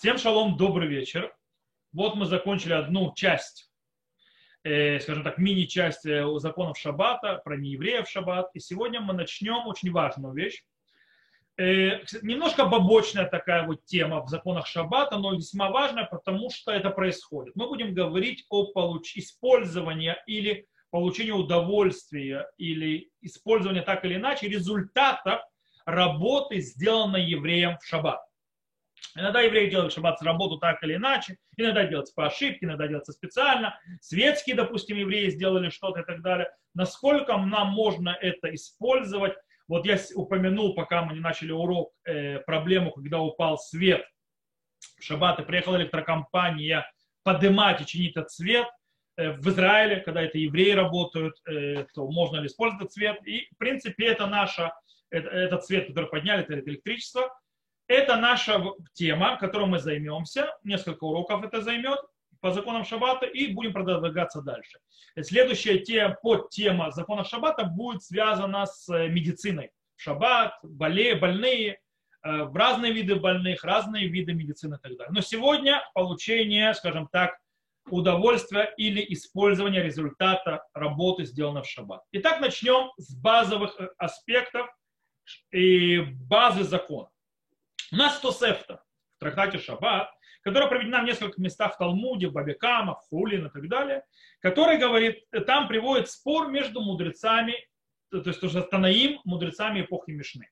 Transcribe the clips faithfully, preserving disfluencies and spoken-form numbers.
Всем шалом, добрый вечер. Вот мы закончили одну часть, э, скажем так, мини-часть э, законов Шаббата, про неевреев Шаббат. И сегодня мы начнем очень важную вещь. Э, немножко побочная такая вот тема в законах Шаббата, но весьма важная, потому что это происходит. Мы будем говорить о получ... использовании или получении удовольствия, или использовании так или иначе результатов работы, сделанной евреем в Шаббат. Иногда евреи делают шаббат работу так или иначе, иногда делается по ошибке, иногда делается специально. Светские, допустим, евреи сделали что-то и так далее. Насколько нам можно это использовать? Вот я упомянул, пока мы не начали урок, э, проблему, когда упал свет в шаббат, и приехала электрокомпания поднимать и чинить этот свет э, в Израиле, когда это евреи работают, э, то можно ли использовать этот свет. И, в принципе, это наша, это, этот свет, который подняли, это электричество. Это наша тема, которой мы займемся. Несколько уроков это займет по законам Шаббата и будем продвигаться дальше. Следующая тема, подтема законов Шаббата будет связана с медициной. Шаббат, боле, больные, разные виды больных, разные виды медицины и так далее. Но сегодня получение, скажем так, удовольствия или использование результата работы, сделанной в Шаббат. Итак, начнем с базовых аспектов и базы закона. У нас Тосефта в трактате Шаббат, которая проведена в нескольких местах в Талмуде, в Бабе Кама, в Хулин и так далее, который говорит, там приводит спор между мудрецами, то есть тоже Танаим, мудрецами эпохи Мишны.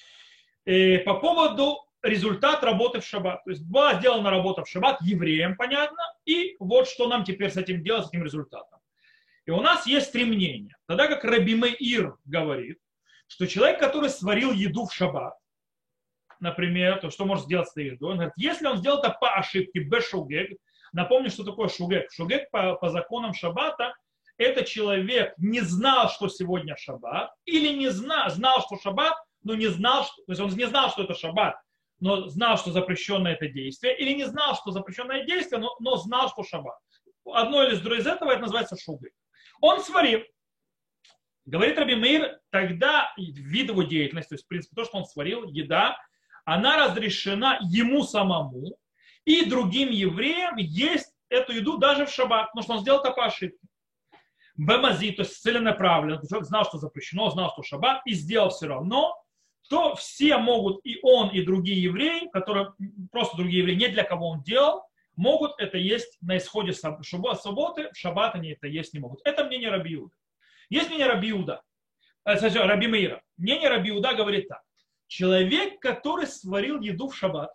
И по поводу результата работы в Шаббат. То есть была сделана работа в Шаббат евреям, понятно, и вот что нам теперь с этим делать, с этим результатом. И у нас есть три мнения. Тогда как Раби Меир говорит, что человек, который сварил еду в Шаббат, например, то что может сделать с этой едой? Он говорит, если он сделал это по ошибке, без шугег, напомню, что такое шугег. Шугег по, по законам Шаббата, это человек не знал, что сегодня Шаббат, или не знал, знал, что Шаббат, но не знал, что, то есть он не знал, что это Шаббат, но знал, что запрещено это действие, или не знал, что запрещенное действие, но, но знал, что Шаббат. Одно или другое из этого, это называется шугег. Он сварил. Говорит Раби Меир, тогда вид его деятельности, то есть, в принципе, то, что он сварил, еда, она разрешена ему самому и другим евреям есть эту еду даже в шаббат, потому что он сделал это по ошибке. Бемази, то есть целенаправленно, человек знал, что запрещено, знал, что шаббат, и сделал все равно, то все могут, и он, и другие евреи, которые просто другие евреи, не для кого он делал, могут это есть на исходе субботы, в шаббат они это есть не могут. Это мнение Раби Иуда. Есть мнение Раби Иуда, э, Раби Меира. Мнение Раби Иуда говорит так. Человек, который сварил еду в шаббат,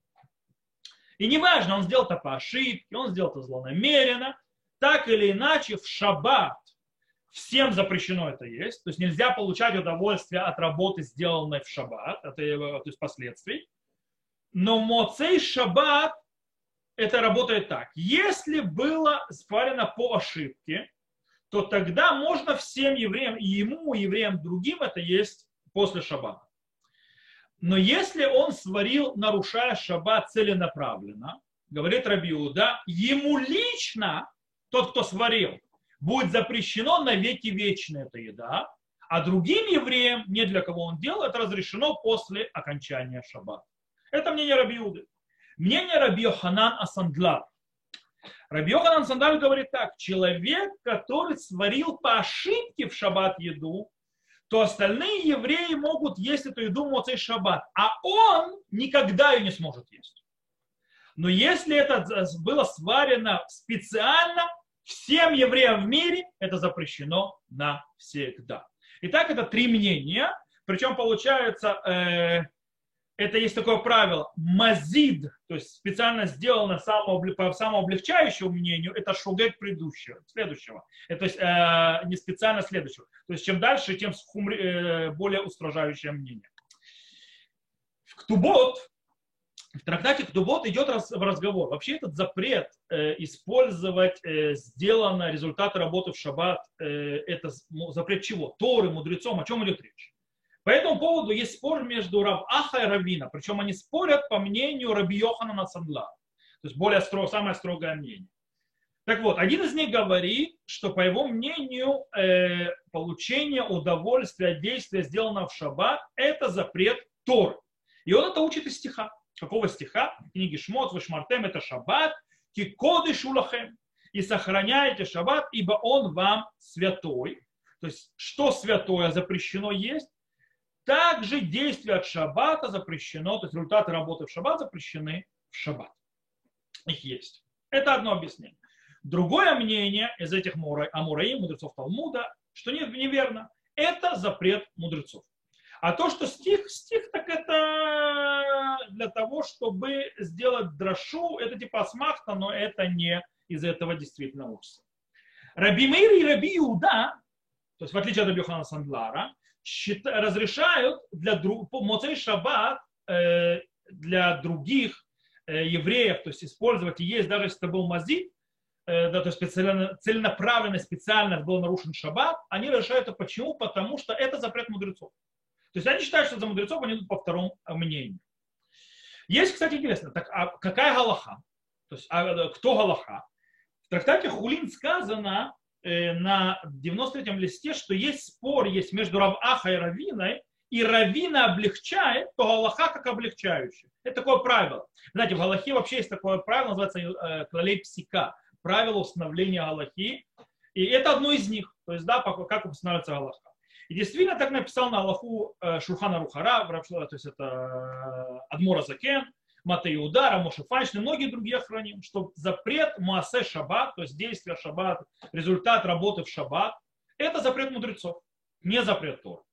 и неважно, он сделал это по ошибке, он сделал это злонамеренно, так или иначе в шаббат всем запрещено это есть, то есть нельзя получать удовольствие от работы, сделанной в шаббат, это, то есть последствий. Но моцей шаббат это работает так. Если было сварено по ошибке, то тогда можно всем евреям, и ему, и евреям другим это есть после шаббата. Но если он сварил, нарушая шаббат целенаправленно, говорит Раби Иуда, ему лично, тот, кто сварил, будет запрещено на веки вечные эта еда, а другим евреям, не для кого он делал, это разрешено после окончания шаббата. Это мнение Раби Иуды. Мнение Раби Йоханан ас-Сандлар. Раби Йоханан ас-Сандлар говорит так, человек, который сварил по ошибке в шаббат еду, то остальные евреи могут есть эту еду в моцей шаббат, а он никогда ее не сможет есть. Но если это было сварено специально, всем евреям в мире это запрещено навсегда. Итак, это три мнения, причем получается, э, это есть такое правило, мазид, то есть специально сделано по самооблегчающему мнению, это шугек предыдущего, следующего. Это, то есть э, не специально следующего. То есть чем дальше, тем хумри, э, более устражающее мнение. В Ктубот, в трактате Ктубот идет разговор. Вообще этот запрет э, использовать э, сделанно результат работы в шаббат, э, это запрет чего? Торы, мудрецом, о чем идет речь? По этому поводу есть спор между Рав Аха и Равина, причем они спорят по мнению Раби Йоханана ас-Сандлара, то есть более строг, самое строгое мнение. Так вот, один из них говорит, что по его мнению э, получение удовольствия от действия, сделанного в шаббат, это запрет Торы. И он это учит из стиха. Какого стиха? В книге Шмот, Вышмартем, это шаббат, кикоды шулахем. И сохраняйте шаббат, ибо он вам святой. То есть, что святое запрещено есть, также действия от шаббата запрещено, то есть результаты работы в шаббат запрещены в шаббат. Их есть. Это одно объяснение. Другое мнение из этих амураим, мудрецов Талмуда, что нет, неверно. Это запрет мудрецов. А то, что стих, стих, так это для того, чтобы сделать драшу, это типа асмахта, но это не из этого действительно учится. Раби Меир и Раби Иуда, то есть в отличие от Раби Йоханана Сандлара, разрешают для Моцей Шаббат э, для других э, евреев, то есть использовать и есть, даже если это был мазит, э, да, то есть специально, целенаправленно, специально был нарушен Шаббат, они разрешают это почему? Потому что это запрет мудрецов. То есть они считают, что за мудрецов они идут по второму мнению. Есть, кстати, интересно, так, а какая галаха? То есть а, кто галаха? В трактате Хулин сказано э, на девяносто третьем листе, что есть спор есть между Рав Ахой и Равиной, и Равина облегчает, то галаха как облегчающий. Это такое правило. Знаете, в галахе вообще есть такое правило, называется э, клалей псика, правило установления галахи. И это одно из них. То есть, да, как устанавливается галаха. И действительно так написал на Аллаху Шульхан Арух Ара, то есть это Адмор Азакен, Матей Иуда, Рамош Фанч и многие другие храним, что запрет Маасе Шаббат, то есть действие Шаббат, результат работы в Шаббат, это запрет мудрецов, не запрет Торы.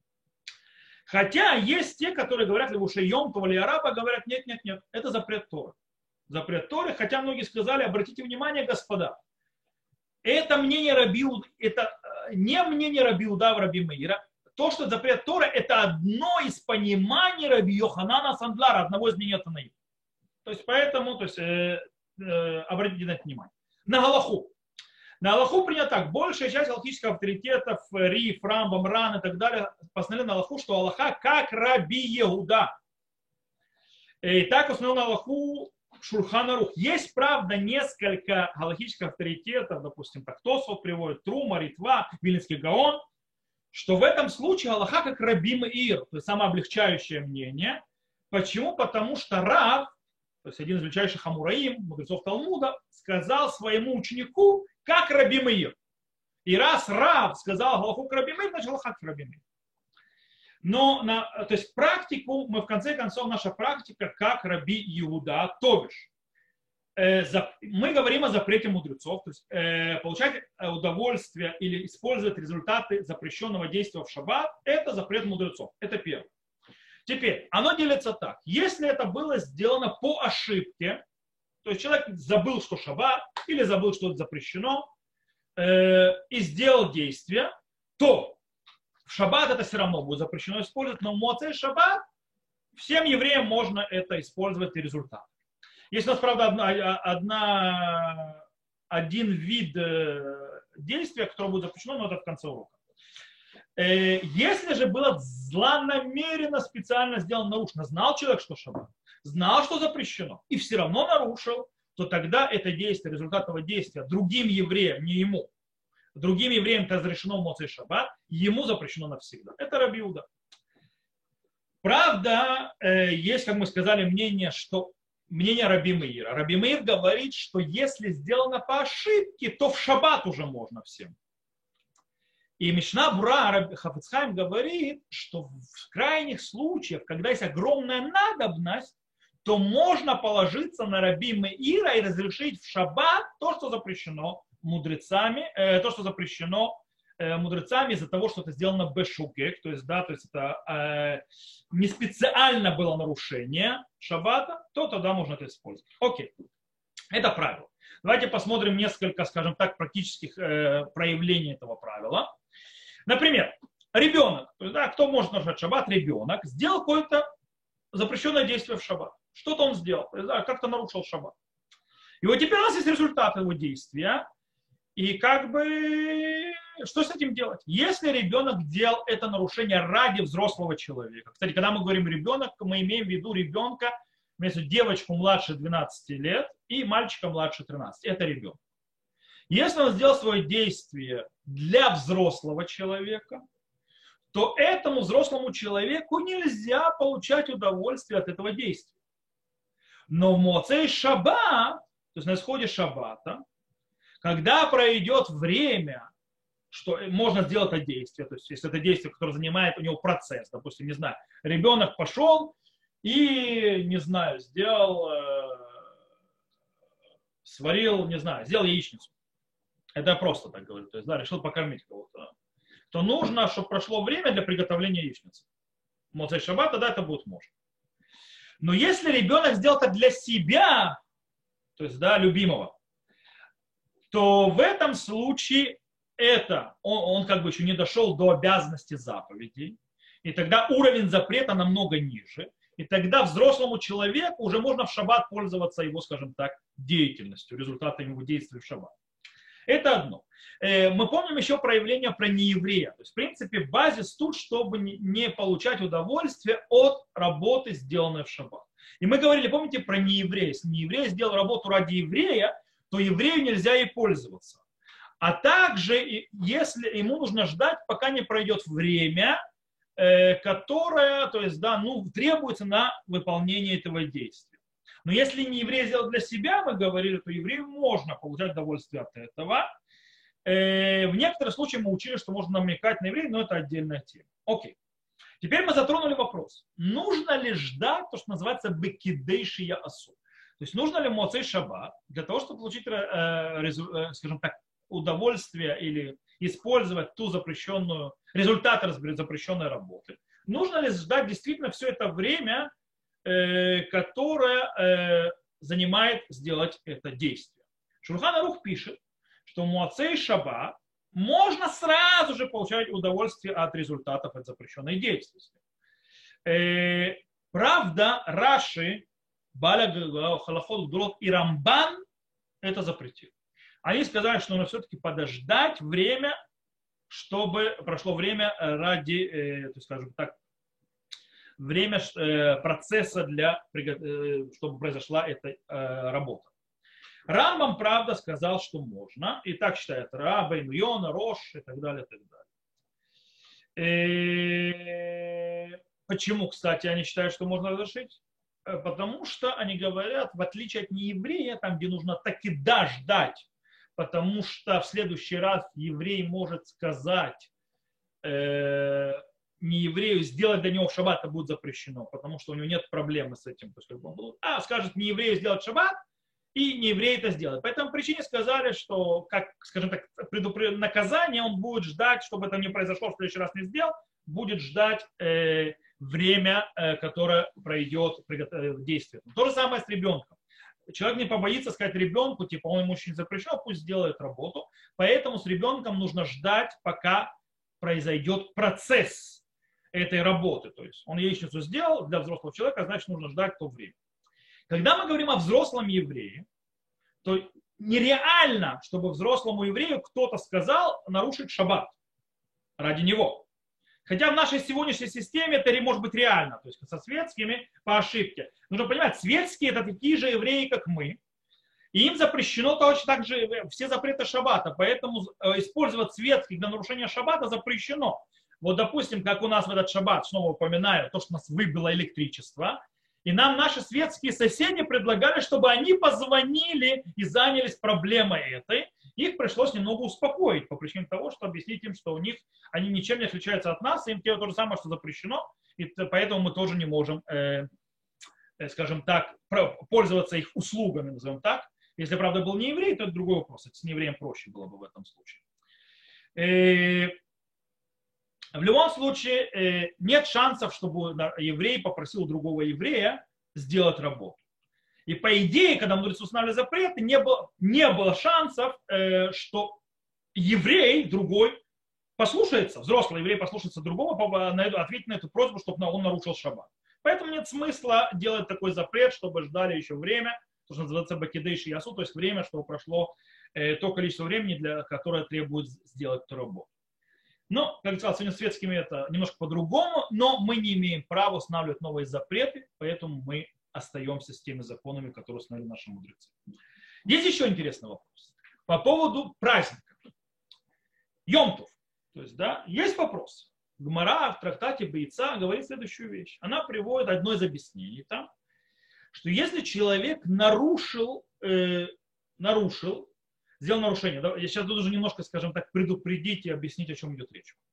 Хотя есть те, которые говорят, либо уже Йом Това или Араба, говорят, нет, нет, нет, это запрет Торы. Запрет Торы, хотя многие сказали, обратите внимание, господа, это мнение Раби Иуда, это не мнение Раби Иуда в Раби Меира. То, что запрет Торы, это одно из пониманий Раби Йоханана Сандлара, одного из мнений Танаим. То есть поэтому, то есть, э, э, обратите на это внимание. На Галаху. На Галаху принято так. Большая часть галахических авторитетов, Риф, Рамбам, Ран и так далее, постановили на Галаху, что Аллаха как Раби Иуда. И так установил на Галаху Шульхан Арух. Есть, правда, несколько галахических авторитетов, допустим, так Тосфот приводит, Трума, Ритва, Вильнинский Гаон, что в этом случае Аллаха как Раби Меир, то есть самое облегчающее мнение. Почему? Потому что Рав, то есть один из величайших амураим, мудрецов Талмуда, сказал своему ученику, как Раби Меир. И раз Рав сказал Аллаху как Раби Меир, значит Аллаха как Раби Меир. Но на, то есть практику, мы в конце концов, наша практика как Раби Иуда, то бишь, э, за, мы говорим о запрете мудрецов, то есть э, получать удовольствие или использовать результаты запрещенного действия в шаббат, это запрет мудрецов, это первое. Теперь, оно делится так, если это было сделано по ошибке, то есть человек забыл, что шаббат, или забыл, что это запрещено, э, и сделал действие, то в шаббат это все равно будет запрещено использовать, но в Моцей Шаббат всем евреям можно это использовать и результат. Есть у нас, правда, одна, одна, один вид действия, которое будет запрещено, но это в конце урока. Если же было злонамеренно, специально сделано нарушено, знал человек, что шаббат, знал, что запрещено, и все равно нарушил, то тогда это действие, результат этого действия другим евреям, не ему, другим евреям это разрешено в Моцей Шаббат, ему запрещено навсегда. Это Раби Иуда. Правда, есть, как мы сказали, мнение, что мнение Раби Меира. Раби Меир говорит, что если сделано по ошибке, то в Шаббат уже можно всем. И Мишна Бура Раби Хафец Хаим говорит, что в крайних случаях, когда есть огромная надобность, то можно положиться на Раби Меира и разрешить в Шаббат то, что запрещено мудрецами, э, то, что запрещено э, мудрецами из-за того, что это сделано бешукек, то есть, да, то есть это э, не специально было нарушение шаббата, то тогда можно это использовать. Окей, это правило. Давайте посмотрим несколько, скажем так, практических э, проявлений этого правила. Например, ребенок, то есть, да, кто может нарушать шаббат, ребенок, сделал какое-то запрещенное действие в шаббат. Что-то он сделал, да, как-то нарушил шаббат. И вот теперь у нас есть результат его действия. И как бы, что с этим делать? Если ребенок делал это нарушение ради взрослого человека. Кстати, когда мы говорим ребенок, мы имеем в виду ребенка, вместо девочку младше двенадцати лет и мальчика младше тринадцати. Это ребенок. Если он сделал свое действие для взрослого человека, то этому взрослому человеку нельзя получать удовольствие от этого действия. Но в Моцей Шаббат, то есть на исходе Шаббата, когда пройдет время, что можно сделать это действие, то есть если это действие, которое занимает у него процесс, допустим, не знаю, ребенок пошел и, не знаю, сделал, э, сварил, не знаю, сделал яичницу. Это я просто так говорю, то есть, да, решил покормить кого-то. То нужно, чтобы прошло время для приготовления яичницы. Моцей Шаббат, тогда это будет можно. Но если ребенок сделал это для себя, то есть, да, любимого, то в этом случае это, он, он как бы еще не дошел до обязанности заповедей, и тогда уровень запрета намного ниже, и тогда взрослому человеку уже можно в шаббат пользоваться его, скажем так, деятельностью, результатами его действий в шаббат. Это одно. Мы помним еще проявление про нееврея. То есть, в принципе, базис тут, чтобы не получать удовольствие от работы, сделанной в шаббат. И мы говорили, помните, про нееврея. Если нееврей сделал работу ради еврея, то еврею нельзя ей пользоваться. А также, если ему нужно ждать, пока не пройдет время, которое, то есть, да, ну, требуется на выполнение этого действия. Но если не еврей сделал для себя, мы говорили, то еврею можно получать удовольствие от этого. В некоторых случаях мы учили, что можно намекать на еврея, но это отдельная тема. Окей. Теперь мы затронули вопрос. Нужно ли ждать то, что называется бекидейшия асу? То есть нужно ли моцей шаббат для того, чтобы получить, скажем так, удовольствие или использовать ту запрещенную, результат запрещенной работы? Нужно ли ждать действительно все это время, которое занимает сделать это действие? Шульхан Арух пишет, что моцей шаббат можно сразу же получать удовольствие от результатов от запрещенной деятельности. Правда, Раши, Баля Халахот Гдулот и Рамбан это запретили. Они сказали, что нужно все-таки подождать время, чтобы прошло время ради, то есть, скажем так, время процесса, для, чтобы произошла эта работа. Рамбам, правда, сказал, что можно, и так считает Раба, Йона, Рош и так далее, и так далее. И почему, кстати, они считают, что можно разрешить? Потому что они говорят, в отличие от нееврея, там, где нужно таки да ждать, потому что в следующий раз еврей может сказать э, нееврею, сделать для него в шаббат, это будет запрещено, потому что у него нет проблемы с этим. То есть, он будет, а, скажет нееврею сделать шаббат, и нееврей это сделает. По этому причине сказали, что, как, скажем так, предупреждение, наказание он будет ждать, чтобы это не произошло, в следующий раз не сделал, будет ждать э, время, э, которое пройдет э, действие. То же самое с ребенком. Человек не побоится сказать ребенку, типа, он ему очень запрещен, пусть сделает работу. Поэтому с ребенком нужно ждать, пока произойдет процесс этой работы. То есть он яичницу сделал для взрослого человека, значит, нужно ждать то время. Когда мы говорим о взрослом еврее, то нереально, чтобы взрослому еврею кто-то сказал нарушить шаббат ради него. Хотя в нашей сегодняшней системе это может быть реально, то есть со светскими по ошибке. Нужно понимать, светские это такие же евреи, как мы, и им запрещено точно так же все запреты шаббата, поэтому использовать светских для нарушения шаббата запрещено. Вот, допустим, как у нас в этот шаббат, снова упоминаю, то, что нас выбило электричество, и нам наши светские соседи предлагали, чтобы они позвонили и занялись проблемой этой. Их пришлось немного успокоить по причине того, что объяснить им, что у них они ничем не отличаются от нас, им делают то же самое, что запрещено, и поэтому мы тоже не можем, э, скажем так, пользоваться их услугами, назовем так. Если, правда, был не еврей, то это другой вопрос. С неевреем проще было бы в этом случае. Э, В любом случае, нет шансов, чтобы еврей попросил другого еврея сделать работу. И по идее, когда мудрецы устанавливали запреты, не было, не было шансов, что еврей другой послушается, взрослый еврей послушается другого, ответить на эту просьбу, чтобы он нарушил шаббат. Поэтому нет смысла делать такой запрет, чтобы ждали еще время, то, что называется бакидейши ясу, то есть время, чтобы прошло то количество времени, для которое требует сделать эту работу. Но, как я сказал, сегодня светскими это немножко по-другому, но мы не имеем права устанавливать новые запреты, поэтому мы остаемся с теми законами, которые установили наши мудрецы. Есть еще интересный вопрос по поводу праздника. Йом-Тов. То есть, да, есть вопрос. Гмара в трактате Бейца говорит следующую вещь. Она приводит одно из объяснений там, что если человек нарушил, э, нарушил, сделал нарушение, да, я сейчас должен немножко, скажем так, предупредить и объяснить, о чем идет речь.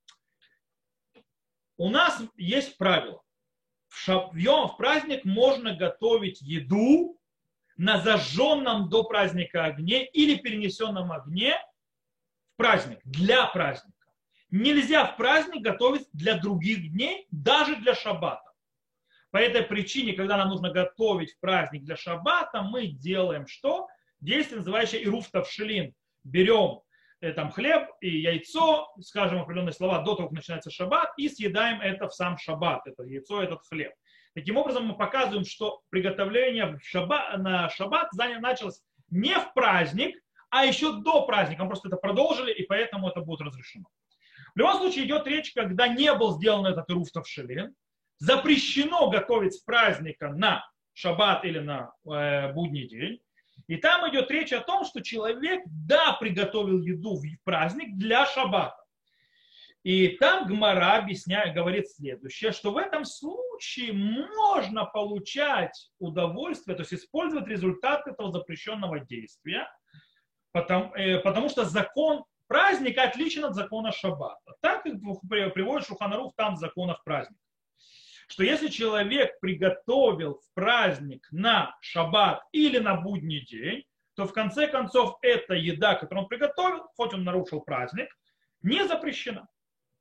У нас есть правило. В, шаб, в Йом, в праздник можно готовить еду на зажженном до праздника огне или перенесенном огне в праздник, для праздника. Нельзя в праздник готовить для других дней, даже для шаббата. По этой причине, когда нам нужно готовить в праздник для шаббата, мы делаем что? Действие, называющееся ируф тавшилин. Берем э, там, хлеб и яйцо, скажем определенные слова до того, как начинается шаббат, и съедаем это в сам шаббат, это яйцо, этот хлеб. Таким образом, мы показываем, что приготовление в шаббат, на шаббат началось не в праздник, а еще до праздника. Мы просто это продолжили, и поэтому это будет разрешено. В любом случае идет речь, когда не был сделан этот ируф тавшилин, запрещено готовить с праздника на шаббат или на э, будний день. И там идет речь о том, что человек, да, приготовил еду в праздник для шаббата. И там Гмара объясняет, говорит следующее, что в этом случае можно получать удовольствие, то есть использовать результат этого запрещенного действия, потому, э, потому что закон праздника отличен от закона шаббата. Так приводит Шулхан Арух там в законах праздника. Что если человек приготовил в праздник на шаббат или на будний день, то в конце концов эта еда, которую он приготовил, хоть он нарушил праздник, не запрещена.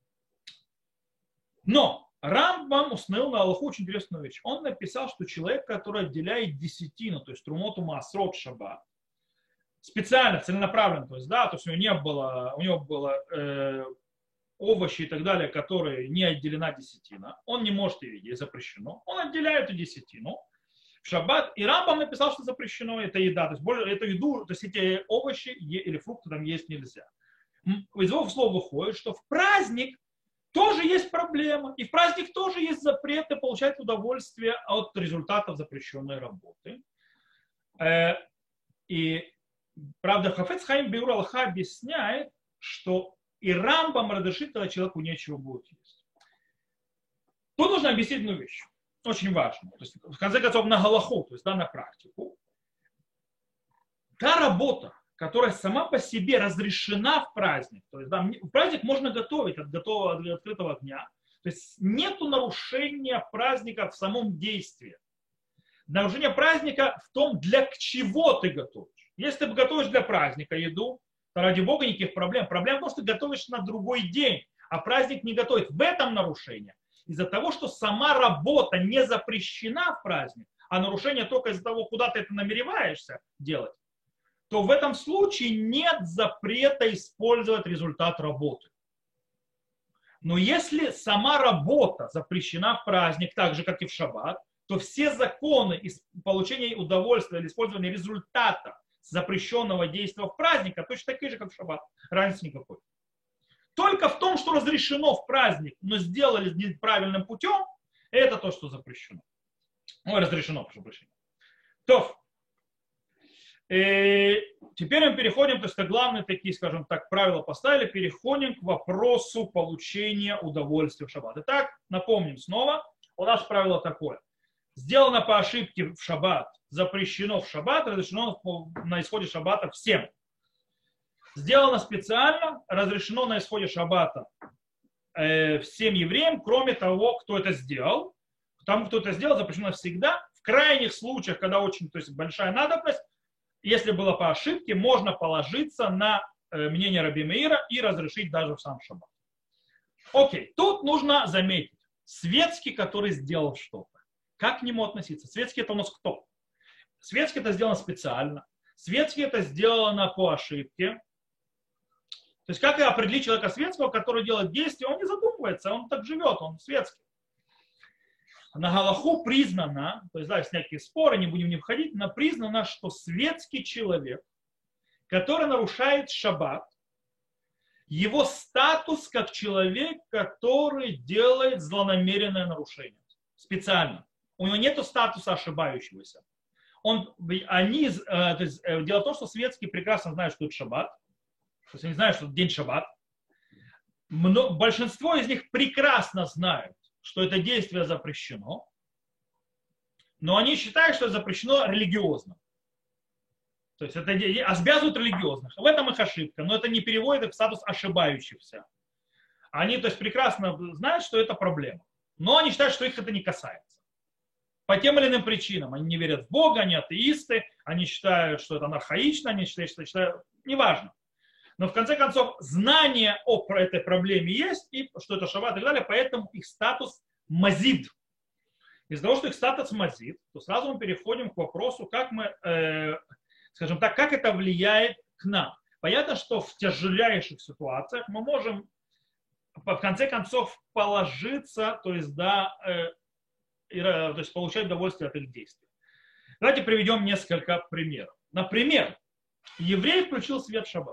Но Рамбам установил на Аллаху очень интересную вещь. Он написал, что человек, который отделяет десятину, то есть трумоту маасрот шаббат, специально, целенаправленно, то есть, да, то есть у него не было, у него было э, овощи и так далее, которые не отделена десятина, он не может ее есть, запрещено. Он отделяет эту десятину в шаббат, и Рамбам написал, что запрещено эта еда, то есть более, эту еду, то есть эти овощи или фрукты там есть нельзя. Из его слов выходит, что в праздник тоже есть проблема, и в праздник тоже есть запреты получать удовольствие от результатов запрещенной работы. И правда, Хафец Хаим Биур Аллаха объясняет, что и Рамбам разрешит, когда человеку нечего будет есть. Тут нужно объяснить одну вещь, очень важную. То есть, в конце концов, на галаху, то есть да, на практику. Та работа, которая сама по себе разрешена в праздник, то есть да, в праздник можно готовить от, готового, от открытого огня, то есть нет нарушения праздника в самом действии. Нарушение праздника в том, для чего ты готовишь. Если ты готовишь для праздника еду, то ради Бога никаких проблем. Проблема в том, что ты готовишь на другой день, а праздник не готовит. В этом нарушение. Из-за того, что сама работа не запрещена в праздник, а нарушение только из-за того, куда ты это намереваешься делать, то в этом случае нет запрета использовать результат работы. Но если сама работа запрещена в праздник, так же, как и в шаббат, то все законы получения удовольствия или использования результата запрещенного действия в праздника точно такие же, как в шаббат. Разницы никакой. Только в том, что разрешено в праздник, но сделали неправильным путем, это то, что запрещено. Ну, разрешено, прошу прощения. То, э, теперь мы переходим, то есть это главные такие, скажем так, правила поставили, переходим к вопросу получения удовольствия в шаббат. Итак, напомним снова, у нас правило такое. Сделано по ошибке в шаббат, запрещено в шаббат, разрешено на исходе шаббата всем. Сделано специально, разрешено на исходе шаббата э, всем евреям, кроме того, кто это сделал. Тому, кто это сделал, запрещено всегда. В крайних случаях, когда очень, то есть большая надобность, если было по ошибке, можно положиться на э, мнение Раби Меира и разрешить даже в сам шаббат. Окей, тут нужно заметить, светский, который сделал что-то. Как к нему относиться? Светский это у нас кто? Светский это сделано специально. Светский это сделано по ошибке. То есть как определить человека светского, который делает действие, он не задумывается, он так живет, он светский. На галаху признано, то есть да, есть некие споры, не будем не входить, но признано, что светский человек, который нарушает шаббат, его статус как человек, который делает злонамеренное нарушение. Специально. У него нет статуса ошибающегося. Он, они, то есть, дело в том, что светские прекрасно знают, что это шаббат. То есть они знают, что это день шаббат. Но большинство из них прекрасно знают, что это действие запрещено. но они считают, что это запрещено религиозно. То есть это обязывают религиозных. В этом их ошибка, но это не переводит их в статус ошибающихся. Они, то есть, прекрасно знают, что это проблема. Но они считают, что их это не касается. По тем или иным причинам. Они не верят в Бога, они атеисты, они считают, что это анархаично, они считают, что это неважно. Но в конце концов, знание о этой проблеме есть, и что это шаббат и так далее, поэтому их статус мазид. Из-за того, что их статус мазид, то сразу мы переходим к вопросу, как мы, э, скажем так, как это влияет к нам. Понятно, что в тяжелейших ситуациях мы можем в конце концов положиться, то есть, да, э, и, то есть получать удовольствие от их действий. Давайте приведем несколько примеров. Например, еврей включил свет в шаббат.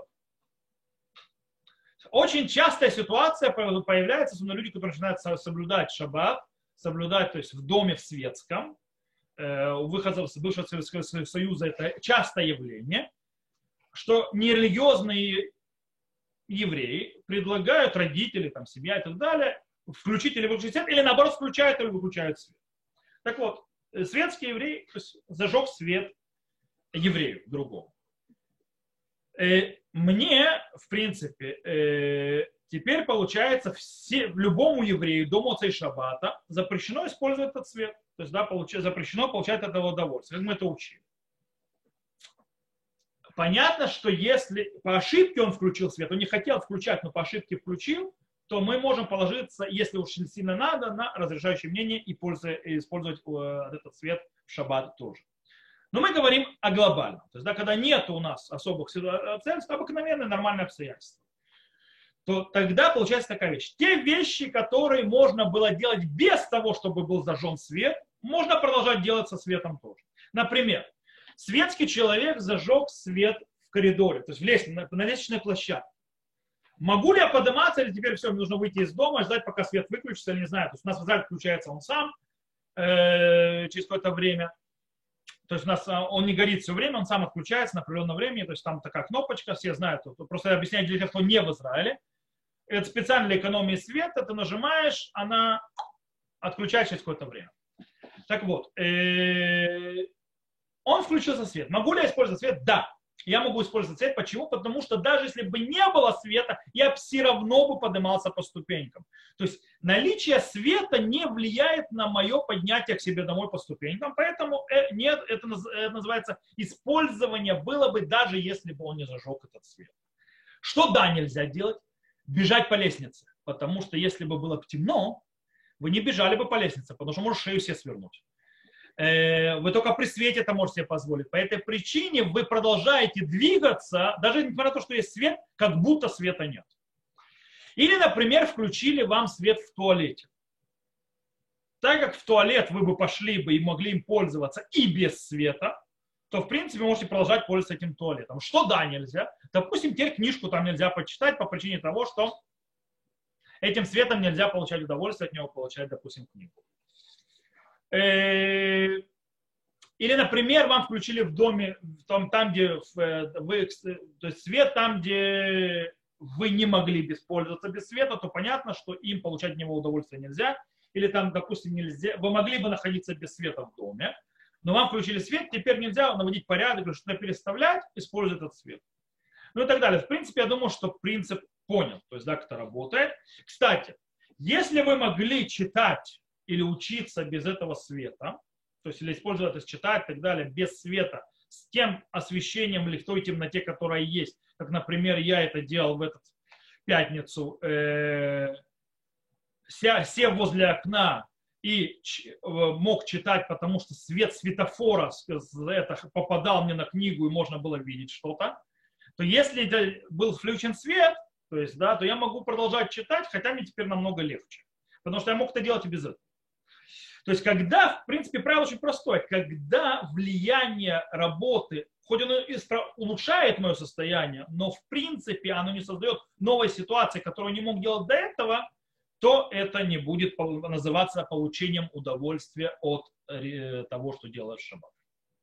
Очень частая ситуация появляется, особенно люди, которые начинают соблюдать шаббат, соблюдать, то есть в доме в светском, э, у выходцев с бывшего Советского Союза это частое явление, что нерелигиозные евреи предлагают родители, там, семья и так далее, включить или выключить свет, или наоборот включают или выключают свет. Так вот, светский еврей то есть, зажег свет еврею другому. Мне, в принципе, теперь получается, все, любому еврею до моцей шаббата запрещено использовать этот свет. То есть, да, получ, запрещено получать от этого удовольствие, как мы это учили. Понятно, что если по ошибке он включил свет, он не хотел включать, но по ошибке включил, то мы можем положиться, если уж сильно надо, на разрешающее мнение и использовать этот свет в шаббат тоже. Но мы говорим о глобальном. То есть, да, когда нет у нас особых обстоятельств, обыкновенные нормальные обстоятельства, то тогда получается такая вещь. Те вещи, которые можно было делать без того, чтобы был зажжен свет, можно продолжать делать со светом тоже. Например, светский человек зажег свет в коридоре, то есть в лестнице, на лестничной площадке. Могу ли я подниматься, или теперь все, мне нужно выйти из дома, ждать, пока свет выключится, или не знаю. То есть у нас в зале включается он сам э, через какое-то время. То есть у нас он не горит все время, он сам отключается на определенное время. То есть там такая кнопочка, все знают. Просто я объясняю для тех, кто не в Израиле. Это специально для экономии света. Ты нажимаешь, она отключает через какое-то время. Так вот, э, он включился свет. Могу ли я использовать свет? Да. Я могу использовать свет. Почему? Потому что даже если бы не было света, я все равно бы поднимался по ступенькам. То есть наличие света не влияет на мое поднятие к себе домой по ступенькам. Поэтому нет, это называется использование было бы, даже если бы он не зажег этот свет. Что да, нельзя делать? Бежать по лестнице. Потому что если бы было темно, вы не бежали бы по лестнице, потому что можешь шею себе свернуть. Вы только при свете это можете себе позволить. По этой причине вы продолжаете двигаться, даже несмотря на то, что есть свет, как будто света нет. Или, например, включили вам свет в туалете. Так как в туалет вы бы пошли бы и могли им пользоваться и без света, то, в принципе, вы можете продолжать пользоваться этим туалетом. Что да, нельзя. Допустим, теперь книжку там нельзя почитать по причине того, что этим светом нельзя получать удовольствие от него, получать, допустим, книгу. Или, например, вам включили в доме, там, там где вы, то есть свет, там, где вы не могли пользоваться без света, то понятно, что им получать от него удовольствие нельзя. Или там, допустим, нельзя, вы могли бы находиться без света в доме, но вам включили свет, теперь нельзя наводить порядок, что-то переставлять, использовать этот свет. Ну и так далее. В принципе, я думаю, что принцип понял, то есть, да, как это работает. Кстати, если вы могли читать или учиться без этого света, то есть или использовать, то есть читать и так далее, без света, с тем освещением или в той темноте, которая есть, как, например, я это делал в эту пятницу, э, сев возле окна и ч, мог читать, потому что свет светофора это, попадал мне на книгу и можно было видеть что-то, то если был включен свет, то есть, да, то я могу продолжать читать, хотя мне теперь намного легче, потому что я мог это делать и без этого. То есть, когда, в принципе, правило очень простое, когда влияние работы, хоть оно и улучшает мое состояние, но, в принципе, оно не создает новой ситуации, которую не мог делать до этого, то это не будет называться получением удовольствия от того, что делаешь в шаббат.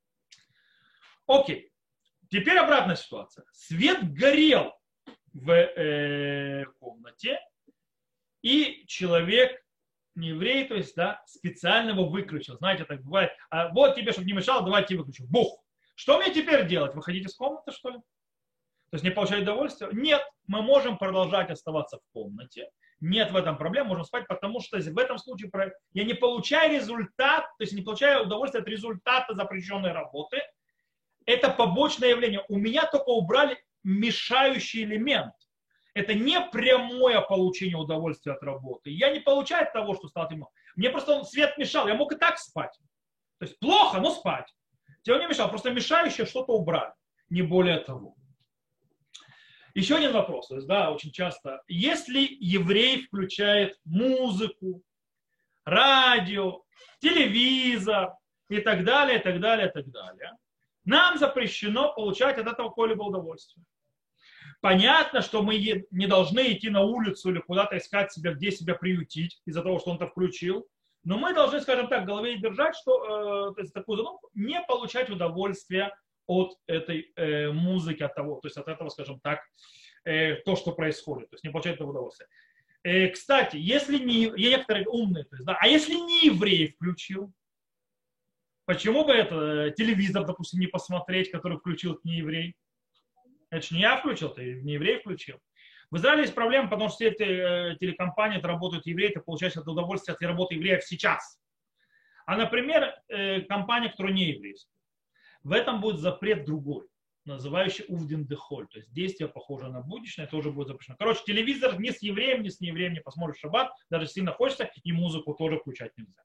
Окей. Теперь обратная ситуация. Свет горел в э, комнате, и человек не еврей, то есть, да, специально его выключил. Знаете, так бывает. А вот тебе, чтобы не мешало, давайте выключу. Бух! Что мне теперь делать? Выходить из комнаты, что ли? То есть не получать удовольствие? Нет, мы можем продолжать оставаться в комнате. Нет в этом проблем, можем спать, потому что в этом случае я не получаю результат, то есть не получаю удовольствие от результата запрещенной работы. Это побочное явление. У меня только убрали мешающий элемент. Это не прямое получение удовольствия от работы. Я не получаю от того, что стало темно. Мне просто свет мешал. Я мог и так спать. То есть плохо, но спать. Тебе не мешал. Просто мешающее что-то убрали. Не более того. Еще один вопрос. То есть, да, очень часто. Если еврей включает музыку, радио, телевизор и так далее, и так далее, и так далее, нам запрещено получать от этого какое-либо удовольствие. Понятно, что мы не должны идти на улицу или куда-то искать себя, где себя приютить из-за того, что он это включил. Но мы должны, скажем так, в голове держать, что э, то есть, такую задумку, не получать удовольствие от этой э, музыки, от того, то есть от этого, скажем так, э, то, что происходит. То есть не получать этого удовольствия. Э, кстати, если не, некоторые умные, то есть, да, а если не еврей включил, почему бы это телевизор, допустим, не посмотреть, который включил не еврей? Это же не я включил, это не еврей включил. В Израиле есть проблема, потому что все эти э, телекомпании это работают евреи, ты получаешь это удовольствие от работы евреев сейчас. А, например, э, компания, которая не еврейская. В этом будет запрет другой, называющий увдин дехоль, то есть действие похожее на будничное, тоже будет запрещено. Короче, телевизор ни с евреем, ни с неевреем не посмотришь шаббат, даже если сильно хочется, и музыку тоже включать нельзя.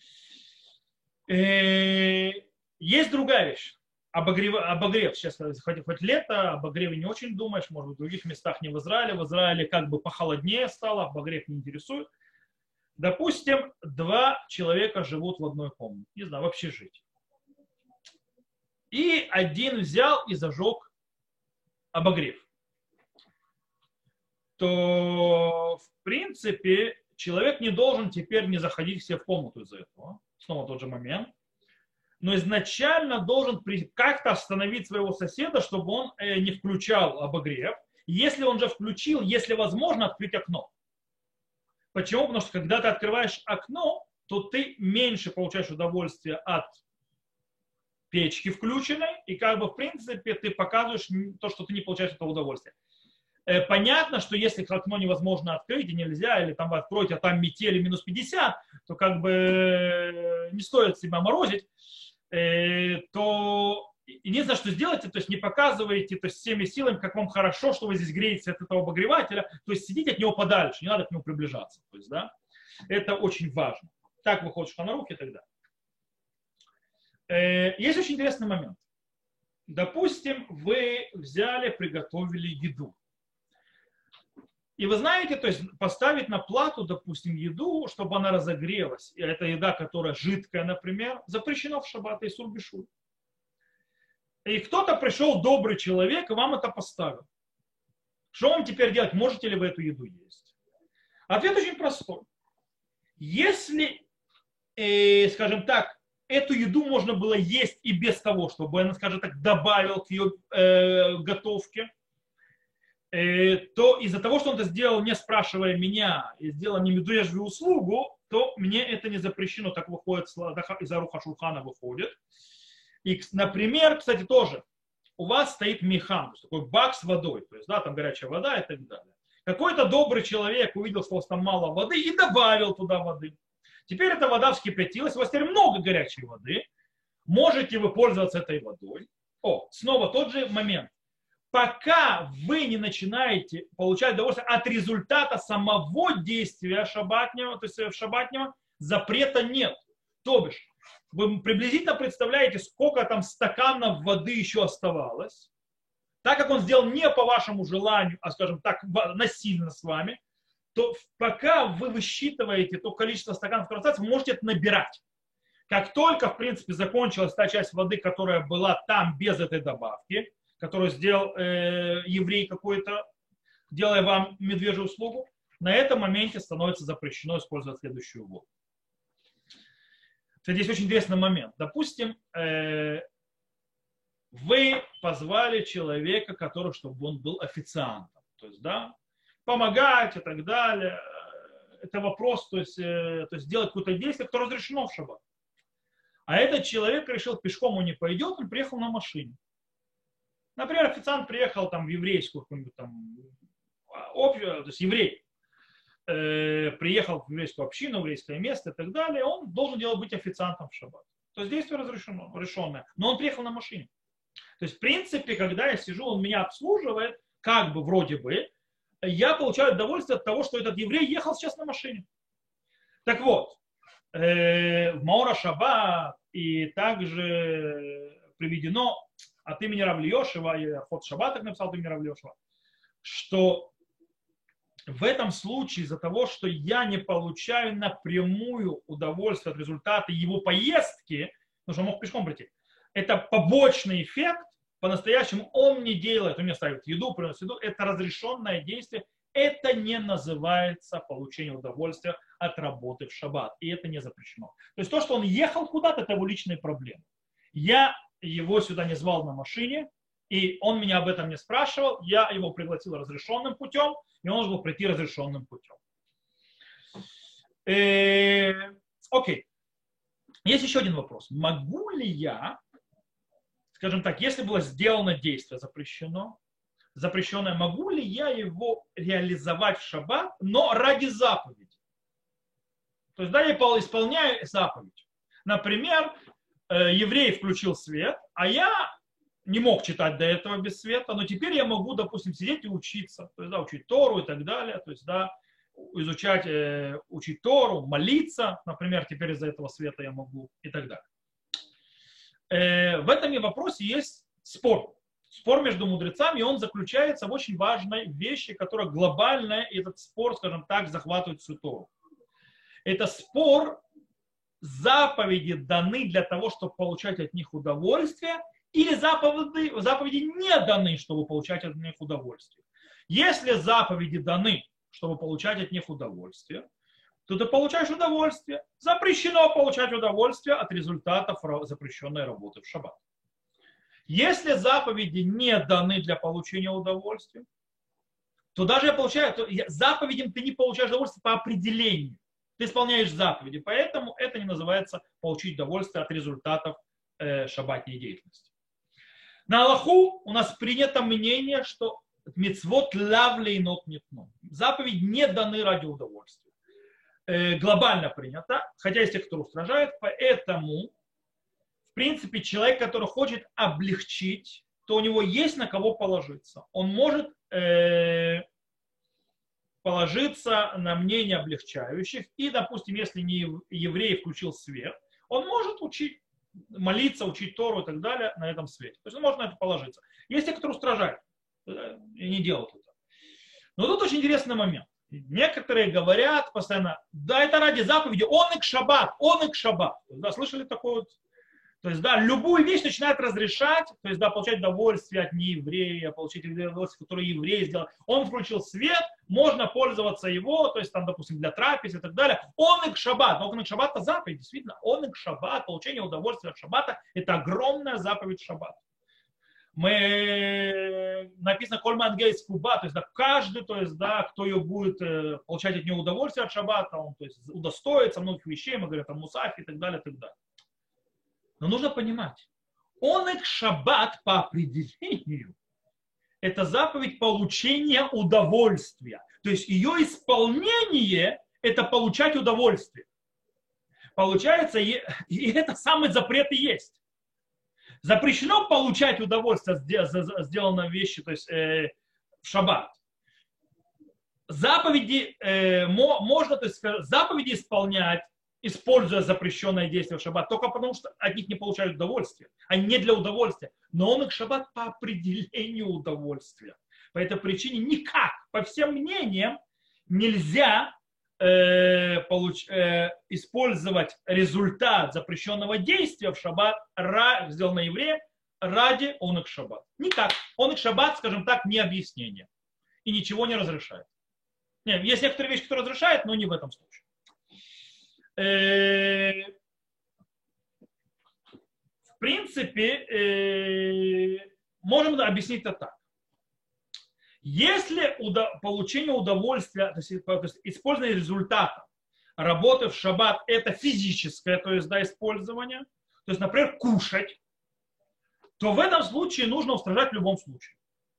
Э, есть другая вещь. Обогрев, обогрев, сейчас хоть, хоть лето, обогреве не очень думаешь, может быть, в других местах не в Израиле. В Израиле как бы похолоднее стало, обогрев не интересует. Допустим, два человека живут в одной комнате, не знаю, в общежитии. И один взял и зажег обогрев. То, в принципе, человек не должен теперь не заходить все в комнату из-за этого. Снова тот же момент. Но изначально должен как-то остановить своего соседа, чтобы он не включал обогрев. Если он же включил, если возможно, открыть окно. Почему? Потому что когда ты открываешь окно, то ты меньше получаешь удовольствия от печки включенной, и как бы в принципе ты показываешь то, что ты не получаешь этого удовольствия. Понятно, что если окно невозможно открыть и нельзя, или там вы откроете, а там метель минус пятьдесят, то как бы не стоит себя морозить. То единственное, что сделайте, то есть не показывайте то есть, всеми силами, как вам хорошо, что вы здесь греетесь от этого обогревателя, то есть сидите от него подальше, не надо к нему приближаться. То есть, да, это очень важно. Так выходит Шулхан-Арух и так далее. Есть очень интересный момент. Допустим, вы взяли, приготовили еду. И вы знаете, то есть поставить на плату, допустим, еду, чтобы она разогрелась, и эта еда, которая жидкая, например, запрещена в шаббат и сурбишу. И кто-то пришел, добрый человек, и вам это поставил. Что вам теперь делать? Можете ли вы эту еду есть? Ответ очень простой. Если, э, скажем так, эту еду можно было есть и без того, чтобы она, скажем так, добавил к ее э, готовке, то из-за того, что он это сделал, не спрашивая меня, и сделал не медвежью услугу, то мне это не запрещено, так выходит, из Аруха Шулхана выходит. И, например, кстати, тоже, у вас стоит механ, такой бак с водой, то есть, да, там горячая вода и так далее. Какой-то добрый человек увидел, что у вас там мало воды и добавил туда воды. Теперь эта вода вскипятилась, у вас теперь много горячей воды, можете вы пользоваться этой водой. О, снова тот же момент. Пока вы не начинаете получать удовольствие от результата самого действия шаббатнего, то есть шаббатнего, запрета нет. То бишь, вы приблизительно представляете, сколько там стаканов воды еще оставалось. Так как он сделал не по вашему желанию, а, скажем так, насильно с вами, то пока вы высчитываете то количество стаканов, которое остается, вы можете это набирать. Как только, в принципе, закончилась та часть воды, которая была там без этой добавки, которую сделал э, еврей какой-то, делая вам медвежью услугу, на этом моменте становится запрещено использовать следующую воду. Кстати, здесь очень интересный момент. Допустим, э, вы позвали человека, который, чтобы он был официантом, то есть, да, помогать и так далее. это вопрос, то есть, э, то есть делать какое-то действие, которое разрешено в шаббат. А этот человек решил, пешком он не пойдет, он приехал на машине. Например, официант приехал там в еврейскую какую-нибудь там, общую, то есть еврей, э, приехал в еврейскую общину, в еврейское место и так далее, он должен делать быть официантом в шаббат. То есть действие разрешено, решенное, но он приехал на машине. То есть, в принципе, когда я сижу, он меня обслуживает, как бы, вроде бы, я получаю удовольствие от того, что этот еврей ехал сейчас на машине. Так вот, э, в Маора Шаббат и также приведено от имени Рав Лиошева, я Ход Шаббат так написал от имени Рав Лиошева, что в этом случае из-за того, что я не получаю напрямую удовольствие от результата его поездки, потому что он мог пешком прийти, это побочный эффект, по-настоящему он не делает, он мне ставит еду, приносит еду, это разрешенное действие, это не называется получение удовольствия от работы в шаббат, и это не запрещено. То есть то, что он ехал куда-то, это его личные проблемы. Я его сюда не звал на машине, и он меня об этом не спрашивал, я его пригласил разрешенным путем, и он должен был прийти разрешенным путем. Э, окей. Есть еще один вопрос. Могу ли я, скажем так, если было сделано действие запрещено, запрещенное, могу ли я его реализовать в шаббат, но ради заповеди? То есть, да, я исполняю заповедь. Например, еврей включил свет, а я не мог читать до этого без света, но теперь я могу, допустим, сидеть и учиться, то есть, да, учить Тору и так далее, то есть, да, изучать, э, учить Тору, молиться, например, теперь из-за этого света я могу и так далее. Э, в этом вопросе есть спор. Спор между мудрецами, и он заключается в очень важной вещи, которая глобальная, и этот спор, скажем так, захватывает всю Тору. Это спор, заповеди даны для того, чтобы получать от них удовольствие, или заповеди, заповеди не даны, чтобы получать от них удовольствие. Если заповеди даны, чтобы получать от них удовольствие, то ты получаешь удовольствие. Запрещено получать удовольствие от результатов запрещенной работы в шаббат. Если заповеди не даны для получения удовольствия, то даже я получаю, то заповедям ты не получаешь удовольствие по определению. Ты исполняешь заповеди, поэтому это не называется получить удовольствие от результатов э, шаббатной деятельности. На Аллаху у нас принято мнение, что мицвот лавле и нот нетно. Заповеди не даны ради удовольствия. Э, глобально принято, хотя есть те, кто устражает, поэтому, в принципе, человек, который хочет облегчить, то у него есть на кого положиться. Он может э, положиться на мнение облегчающих, и, допустим, если не еврей включил свет, он может учить, молиться, учить Тору и так далее на этом свете. То есть он может на это положиться. Есть те, кто устражает и не делают это. Но тут очень интересный момент. Некоторые говорят постоянно, да, это ради заповеди, он и к шаббат, он и к шаббат. Да, слышали такое вот? То есть, да, любую вещь начинает разрешать, то есть, да, получать удовольствие от нееврея, получать удовольствие, которое еврей сделал. Он включил свет, можно пользоваться его, то есть, там, допустим, для трапез и так далее. Он и к шаббат, но он и к шаббат это заповедь, действительно, он и к шаббат, получение удовольствия от шаббата, это огромная заповедь шаббата. Мы, написано, коль мангейс куба, то есть, да, каждый, то есть, да, кто ее будет э, получать от него удовольствие от шаббата, он, то есть, удостоится многих вещей, мы говорим, там, мусафи и так далее, и так далее. Но нужно понимать, он и шаббат по определению – это заповедь получения удовольствия. То есть ее исполнение – это получать удовольствие. Получается, и это самый запрет и есть. Запрещено получать удовольствие от сделанной вещи, то есть э, в шаббат. Заповеди э, можно, то есть, заповеди исполнять, используя запрещенное действие в шаббат, только потому, что от них не получают удовольствие. Они не для удовольствия. Но он их шаббат по определению удовольствия. По этой причине никак, по всем мнениям, нельзя э, получ, э, использовать результат запрещенного действия в шаббат, сделанное евреем, ради он их шаббат. Никак. Он их шаббат, скажем так, не объяснение. И ничего не разрешает. Нет, есть некоторые вещи, которые разрешают, но не в этом случае. В принципе, можем объяснить это так. Если удо- получение удовольствия, то есть, то есть использование результата работы в шаббат, это физическое, то есть да, использование, то есть, например, кушать, то в этом случае нужно устражать в любом случае.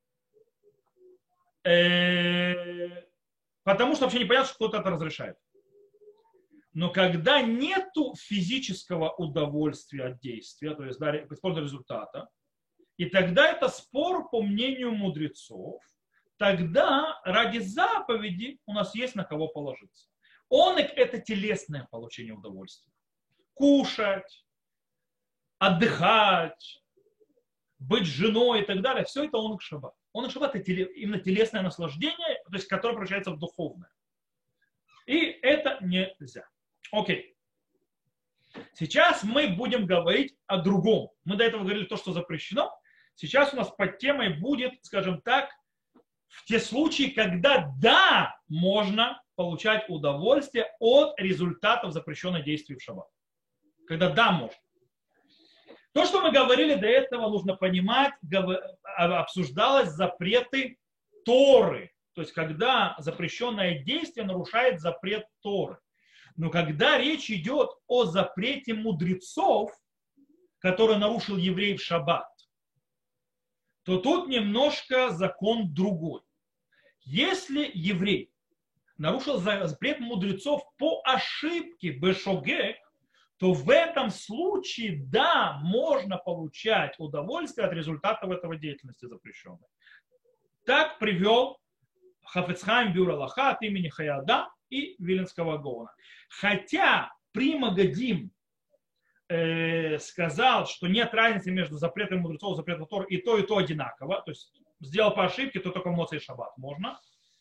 Э, Потому что вообще непонятно, что кто-то это разрешает. Но когда нету физического удовольствия от действия, то есть да, использования результата, и тогда это спор по мнению мудрецов, тогда ради заповеди у нас есть на кого положиться. Он это телесное получение удовольствия. Кушать, отдыхать, быть женой и так далее, все это он шаббат. Он шаббат это именно телесное наслаждение, то есть которое превращается в духовное. И это нельзя. Окей. Сейчас мы будем говорить о другом. Мы до этого говорили то, что запрещено. Сейчас у нас под темой будет, скажем так, в те случаи, когда да, можно получать удовольствие от результатов запрещенных действий в шаббат. Когда да, можно. То, что мы говорили до этого, нужно понимать, обсуждалось запреты Торы. То есть, когда запрещенное действие нарушает запрет Торы. Но когда речь идет о запрете мудрецов, который нарушил еврей в шаббат, то тут немножко закон другой. Если еврей нарушил запрет мудрецов по ошибке бешогек, то в этом случае, да, можно получать удовольствие от результатов этого деятельности запрещенной. Так привел Хафец Хаим Бюр Аллаха от имени Хаяда и Виленского Гаона. Хотя При Магадим э, сказал, что нет разницы между запретом мудрецов и запретом Торы, и то, и то одинаково, то есть сделал по ошибке, то только в Моцей Шаббат можно.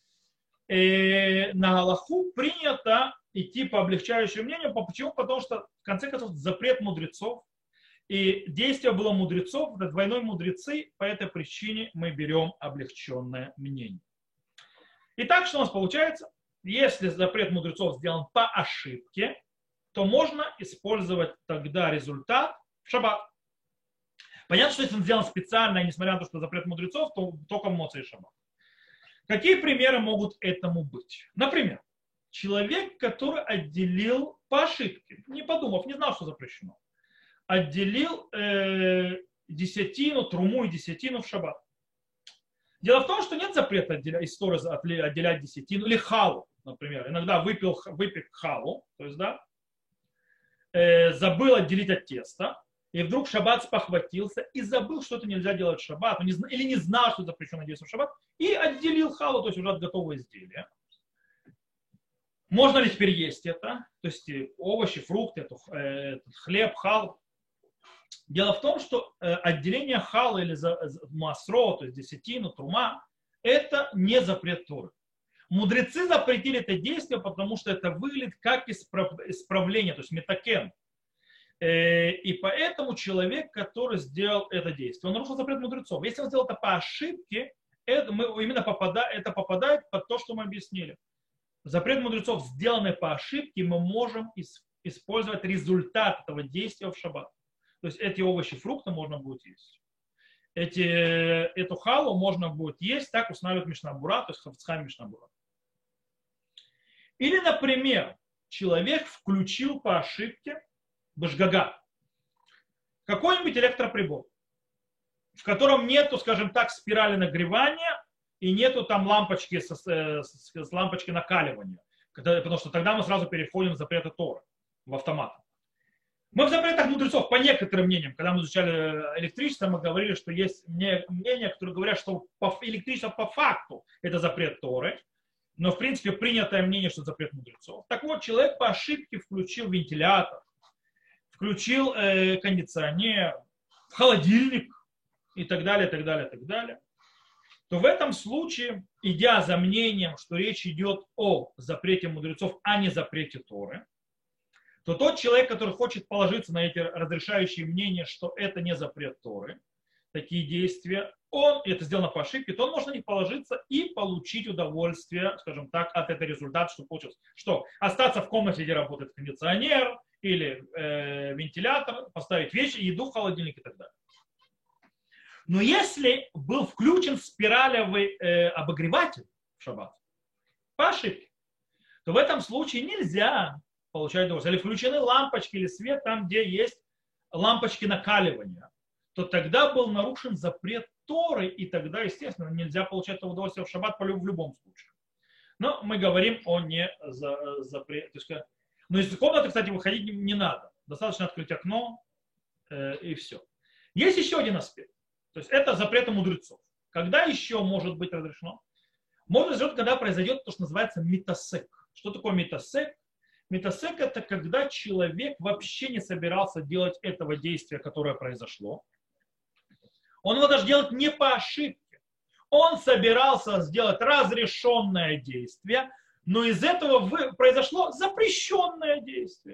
Э, на Аллаху принято идти по облегчающему мнению. Почему? Потому что, в конце концов, запрет мудрецов и действие было мудрецов, это двойной мудрецы, по этой причине мы берем облегченное мнение. Итак, что у нас получается? Если запрет мудрецов сделан по ошибке, то можно использовать тогда результат в шаббат. Понятно, что если он сделан специально, и несмотря на то, что запрет мудрецов, то только в Моцей шаббат. Какие примеры могут этому быть? Например, человек, который отделил по ошибке, не подумав, не знал, что запрещено, отделил э, десятину, труму и десятину в шаббат. Дело в том, что нет запрета отделять, из Торы отделять десятину или халу, например. Иногда выпил, выпек халу, то есть, да, э, забыл отделить от теста, и вдруг шаббат спохватился и забыл, что это нельзя делать в шаббат, не, или не знал, что запрещено действовать в шаббат, и отделил халу, то есть уже от готового изделия. Можно ли теперь есть это? То есть овощи, фрукты, этот хлеб, хал. Дело в том, что отделение хала или масро, то есть десятину, трума, это не запрет Торы. Мудрецы запретили это действие, потому что это выглядит как исправление, то есть метакен. И поэтому человек, который сделал это действие, он нарушил запрет мудрецов. Если он сделал это по ошибке, это, мы, именно попада, это попадает под то, что мы объяснили. Запрет мудрецов, сделанный по ошибке, мы можем использовать результат этого действия в шаббат. То есть эти овощи, фрукты можно будет есть. Эти, эту халу можно будет есть, так устанавливает Мишна Бура, то есть Хафец Хаим Мишна Бура. Или, например, человек включил по ошибке башгага какой-нибудь электроприбор, в котором нету, скажем так, спирали нагревания и нету там лампочки, с, с, с лампочки накаливания, потому что тогда мы сразу переходим в запреты Торы, в автомат. Мы в запретах мудрецов, по некоторым мнениям, когда мы изучали электричество, мы говорили, что есть мнения, которые говорят, что электричество по факту это запрет Торы, но в принципе принятое мнение, что это запрет мудрецов. Так вот, человек по ошибке включил вентилятор, включил э, кондиционер, холодильник и так далее, так далее, так далее, то в этом случае, идя за мнением, что речь идет о запрете мудрецов, а не запрете Торы, то тот человек, который хочет положиться на эти разрешающие мнения, что это не запрет Торы, такие действия, он, это сделано по ошибке, то он может на них положиться и получить удовольствие, скажем так, от этого результата, что получилось. Что? Остаться в комнате, где работает кондиционер или э, вентилятор, поставить вещи, еду в холодильник и так далее. Но если был включен спиралевый э, обогреватель в шаббат по ошибке, то в этом случае нельзя получать удовольствие. Или включены лампочки или свет там, где есть лампочки накаливания, то тогда был нарушен запрет Торы, и тогда, естественно, нельзя получать это удовольствие в шаббат в любом случае. Но мы говорим о не за, запрете. Но из комнаты, кстати, выходить не, не надо. Достаточно открыть окно э, и все. Есть еще один аспект. То есть это запреты мудрецов. Когда еще может быть разрешено? Может разрешено, когда произойдет то, что называется метасек. Что такое метасек? Метасек – это когда человек вообще не собирался делать этого действия, которое произошло. Он его даже делает не по ошибке. Он собирался сделать разрешенное действие, но из этого произошло запрещенное действие.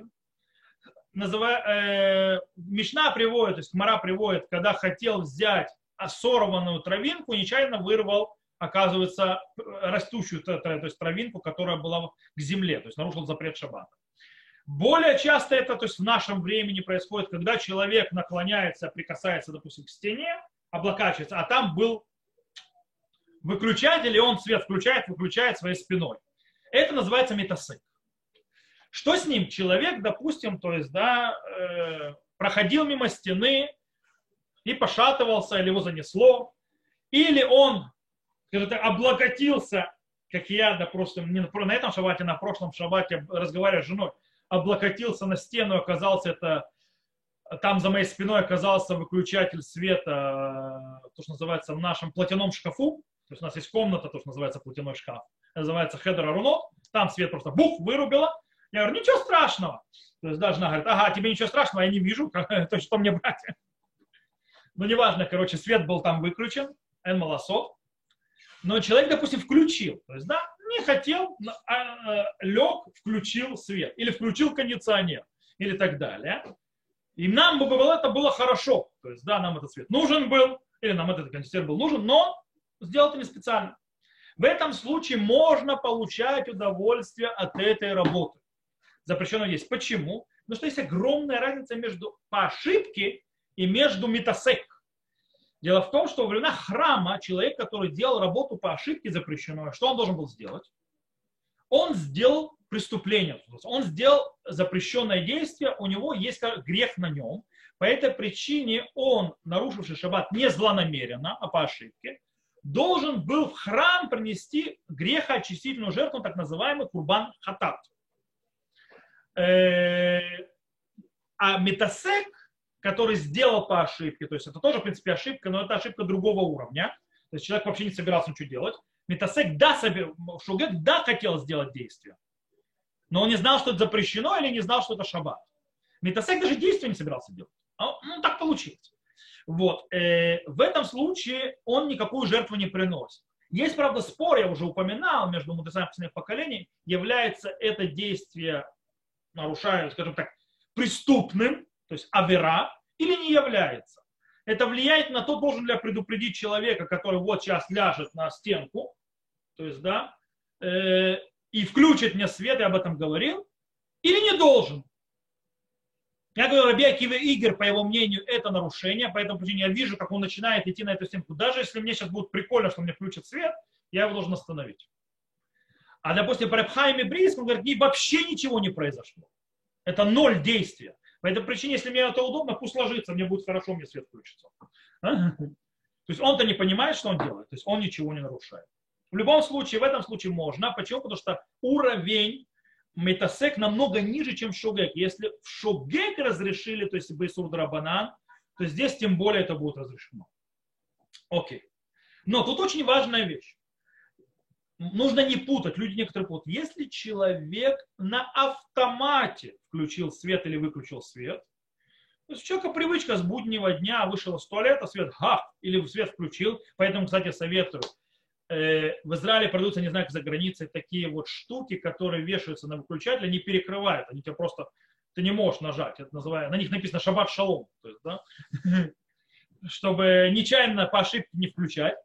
Называя, э, Мишна приводит, то есть Мара приводит, когда хотел взять сорванную травинку, нечаянно вырвал, оказывается, растущую то есть травинку, которая была к земле, то есть нарушил запрет шаббата. Более часто это, то есть в нашем времени происходит, когда человек наклоняется, прикасается, допустим, к стене, облокачивается, а там был выключатель, и он свет включает, выключает своей спиной. Это называется метасек. Что с ним? Человек, допустим, то есть, да, э, проходил мимо стены и пошатывался, или его занесло, или он облокотился, как я, допустим, не на этом шаббате, на прошлом шаббате, разговаривая с женой, облокотился на стену, оказался это, там за моей спиной оказался выключатель света, то, что называется в нашем платяном шкафу, то есть у нас есть комната, то, что называется платяной шкаф, называется хедер арунот, там свет просто бух, вырубило. Я говорю, ничего страшного. То есть даже она говорит, ага, тебе ничего страшного, я не вижу, то что мне брать. Ну, неважно, короче, свет был там выключен, эн малосот. Но человек, допустим, включил, то есть, да, не хотел, лег, включил свет, или включил кондиционер, или так далее. И нам бы было, это было хорошо, то есть, да, нам этот свет нужен был, или нам этот кондиционер был нужен, но сделал это не специально. В этом случае можно получать удовольствие от этой работы. Запрещено есть. Почему? Потому что есть огромная разница между по ошибке и между метасек. Дело в том, что во времена храма человек, который делал работу по ошибке запрещенную, что он должен был сделать? Он сделал преступление. Он сделал запрещенное действие, у него есть грех на нем. По этой причине он, нарушивший шаббат не злонамеренно, а по ошибке, должен был в храм принести грехоочистительную жертву, так называемый курбан хатат. А метасек, который сделал по ошибке, то есть это тоже, в принципе, ошибка, но это ошибка другого уровня, то есть человек вообще не собирался ничего делать. Метасек, да, собер... Шугек, да, хотел сделать действие, но он не знал, что это запрещено, или не знал, что это шаббат. Метасек даже действия не собирался делать. Ну, так получилось. Вот. В этом случае он никакую жертву не приносит. Есть, правда, спор, я уже упоминал, между мудрецами последних поколений, является это действие, нарушая, скажем так, преступным, то есть авера, или не является. Это влияет на то, должен ли я предупредить человека, который вот сейчас ляжет на стенку, то есть, да, э, и включит мне свет, я об этом говорил, или не должен. Я говорю, Раби Акива Игорь, по его мнению, это нарушение, по этому причине я вижу, как он начинает идти на эту стенку. Даже если мне сейчас будет прикольно, что мне включит свет, я его должен остановить. А, допустим, по Реб Хаим Бриск, он говорит, вообще ничего не произошло. Это ноль действия. По этой причине, если мне это удобно, пусть ложится, мне будет хорошо, мне свет включится. А? То есть он-то не понимает, что он делает, то есть он ничего не нарушает. В любом случае, в этом случае можно. Почему? Потому что уровень метасек намного ниже, чем в шогек. Если в шогек разрешили, то есть бейсур драбанан, то здесь тем более это будет разрешено. Окей. Но тут очень важная вещь. Нужно не путать, люди некоторые путают. Если человек на автомате включил свет или выключил свет, то есть у человека привычка с буднего дня, вышел из туалета, свет ха, или свет включил, поэтому, кстати, советую. В Израиле продаются, не знаю, как за границей, такие вот штуки, которые вешаются на выключатель, они перекрывают, они тебя просто, ты не можешь нажать, это называется, на них написано шаббат шалом, то есть, да, чтобы нечаянно по ошибке не включать.